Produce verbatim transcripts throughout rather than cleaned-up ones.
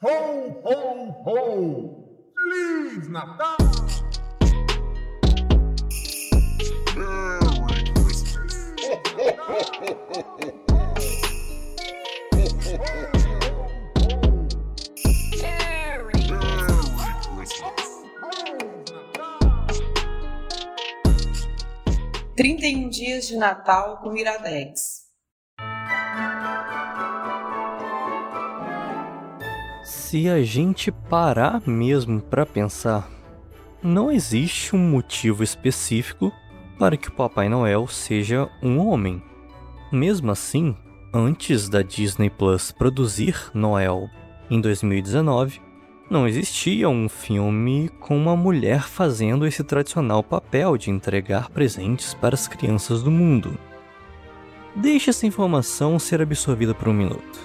Ho, ho, ho! Feliz Natal! Merry Christmas! trinta e um dias de Natal com Iradex. Se a gente parar mesmo para pensar, não existe um motivo específico para que o Papai Noel seja um homem. Mesmo assim, antes da Disney Plus produzir Noel em dois mil e dezenove, não existia um filme com uma mulher fazendo esse tradicional papel de entregar presentes para as crianças do mundo. Deixe essa informação ser absorvida por um minuto.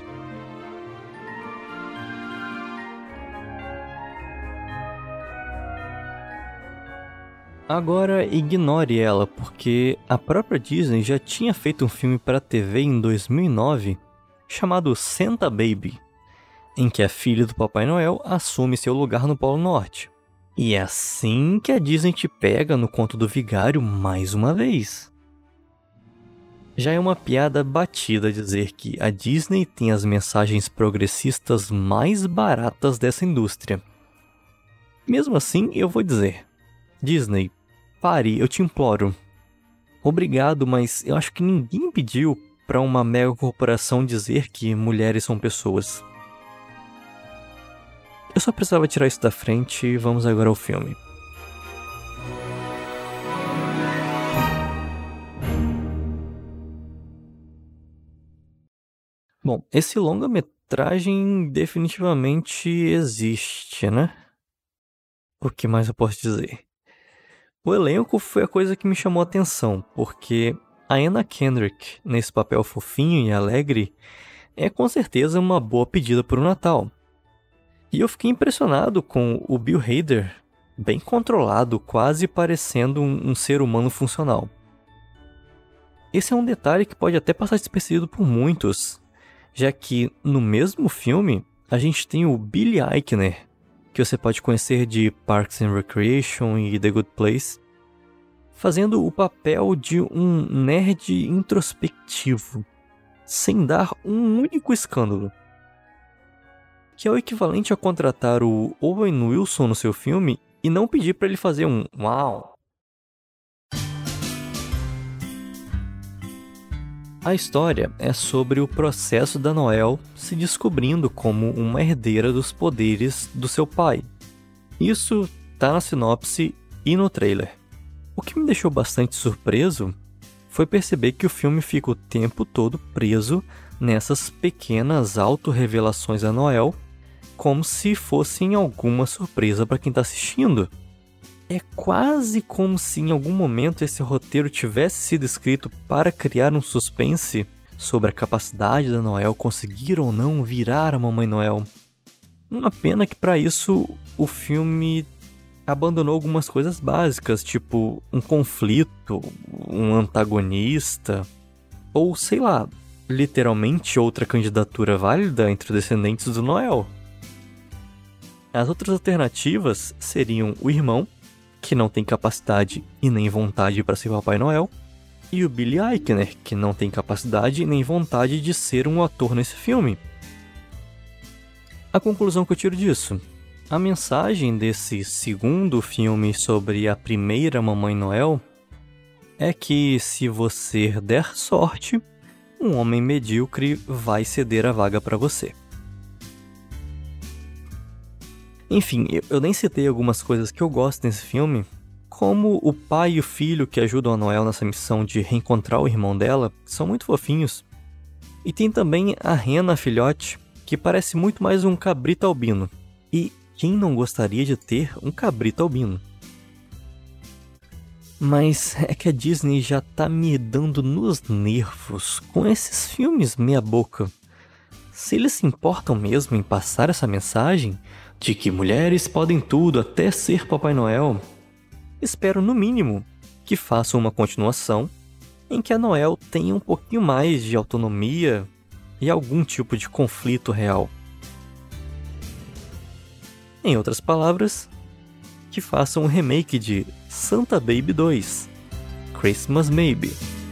Agora ignore ela, porque a própria Disney já tinha feito um filme para T V em dois mil e nove chamado Santa Baby, em que a filha do Papai Noel assume seu lugar no Polo Norte. E é assim que a Disney te pega no conto do vigário mais uma vez. Já é uma piada batida dizer que a Disney tem as mensagens progressistas mais baratas dessa indústria. Mesmo assim, eu vou dizer, Disney, pare, eu te imploro. Obrigado, mas eu acho que ninguém pediu para uma mega corporação dizer que mulheres são pessoas. Eu só precisava tirar isso da frente e vamos agora ao filme. Bom, esse longa-metragem definitivamente existe, né? O que mais eu posso dizer? O elenco foi a coisa que me chamou a atenção, porque a Anna Kendrick, nesse papel fofinho e alegre, é com certeza uma boa pedida para o Natal. E eu fiquei impressionado com o Bill Hader, bem controlado, quase parecendo um, um ser humano funcional. Esse é um detalhe que pode até passar despercebido por muitos, já que no mesmo filme a gente tem o Billy Eichner, que você pode conhecer de Parks and Recreation e The Good Place, fazendo o papel de um nerd introspectivo, sem dar um único escândalo. Que é o equivalente a contratar o Owen Wilson no seu filme e não pedir para ele fazer um uau. A história é sobre o processo da Noel se descobrindo como uma herdeira dos poderes do seu pai. Isso tá na sinopse e no trailer. O que me deixou bastante surpreso foi perceber que o filme fica o tempo todo preso nessas pequenas auto-revelações da Noel, como se fossem alguma surpresa para quem está assistindo. É quase como se em algum momento esse roteiro tivesse sido escrito para criar um suspense sobre a capacidade da Noel conseguir ou não virar a Mamãe Noel. Uma pena que para isso o filme abandonou algumas coisas básicas, tipo um conflito, um antagonista, ou sei lá, literalmente outra candidatura válida entre os descendentes do Noel. As outras alternativas seriam o irmão, que não tem capacidade e nem vontade para ser Papai Noel, e o Billy Eichner, que não tem capacidade e nem vontade de ser um ator nesse filme. A conclusão que eu tiro disso: a mensagem desse segundo filme sobre a primeira Mamãe Noel é que se você der sorte, um homem medíocre vai ceder a vaga para você. Enfim, eu nem citei algumas coisas que eu gosto nesse filme, como o pai e o filho que ajudam a Noel nessa missão de reencontrar o irmão dela, são muito fofinhos. E tem também a Rena, a filhote, que parece muito mais um cabrito albino. E quem não gostaria de ter um cabrito albino? Mas é que a Disney já tá me dando nos nervos com esses filmes meia boca. Se eles se importam mesmo em passar essa mensagem de que mulheres podem tudo até ser Papai Noel, espero no mínimo que façam uma continuação em que a Noel tenha um pouquinho mais de autonomia e algum tipo de conflito real. Em outras palavras, que façam um remake de Santa Baby dois, Christmas Maybe.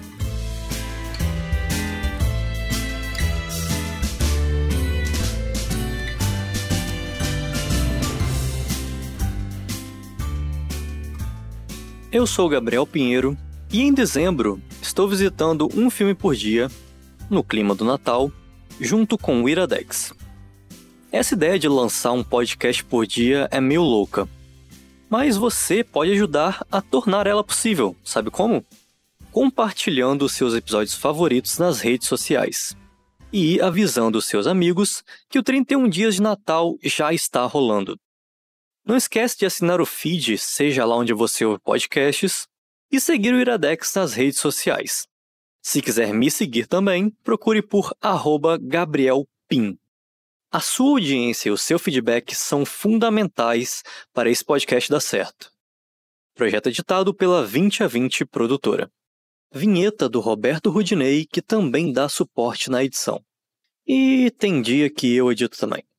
Eu sou Gabriel Pinheiro e em dezembro estou visitando um filme por dia, no clima do Natal, junto com o Iradex. Essa ideia de lançar um podcast por dia é meio louca, mas você pode ajudar a tornar ela possível, sabe como? Compartilhando seus episódios favoritos nas redes sociais e avisando seus amigos que o trinta e um Dias de Natal já está rolando. Não esquece de assinar o feed, seja lá onde você ouve podcasts, e seguir o Iradex nas redes sociais. Se quiser me seguir também, procure por arroba Gabriel Pin. A sua audiência e o seu feedback são fundamentais para esse podcast dar certo. Projeto editado pela vinte a vinte Produtora. Vinheta do Roberto Rudinei, que também dá suporte na edição. E tem dia que eu edito também.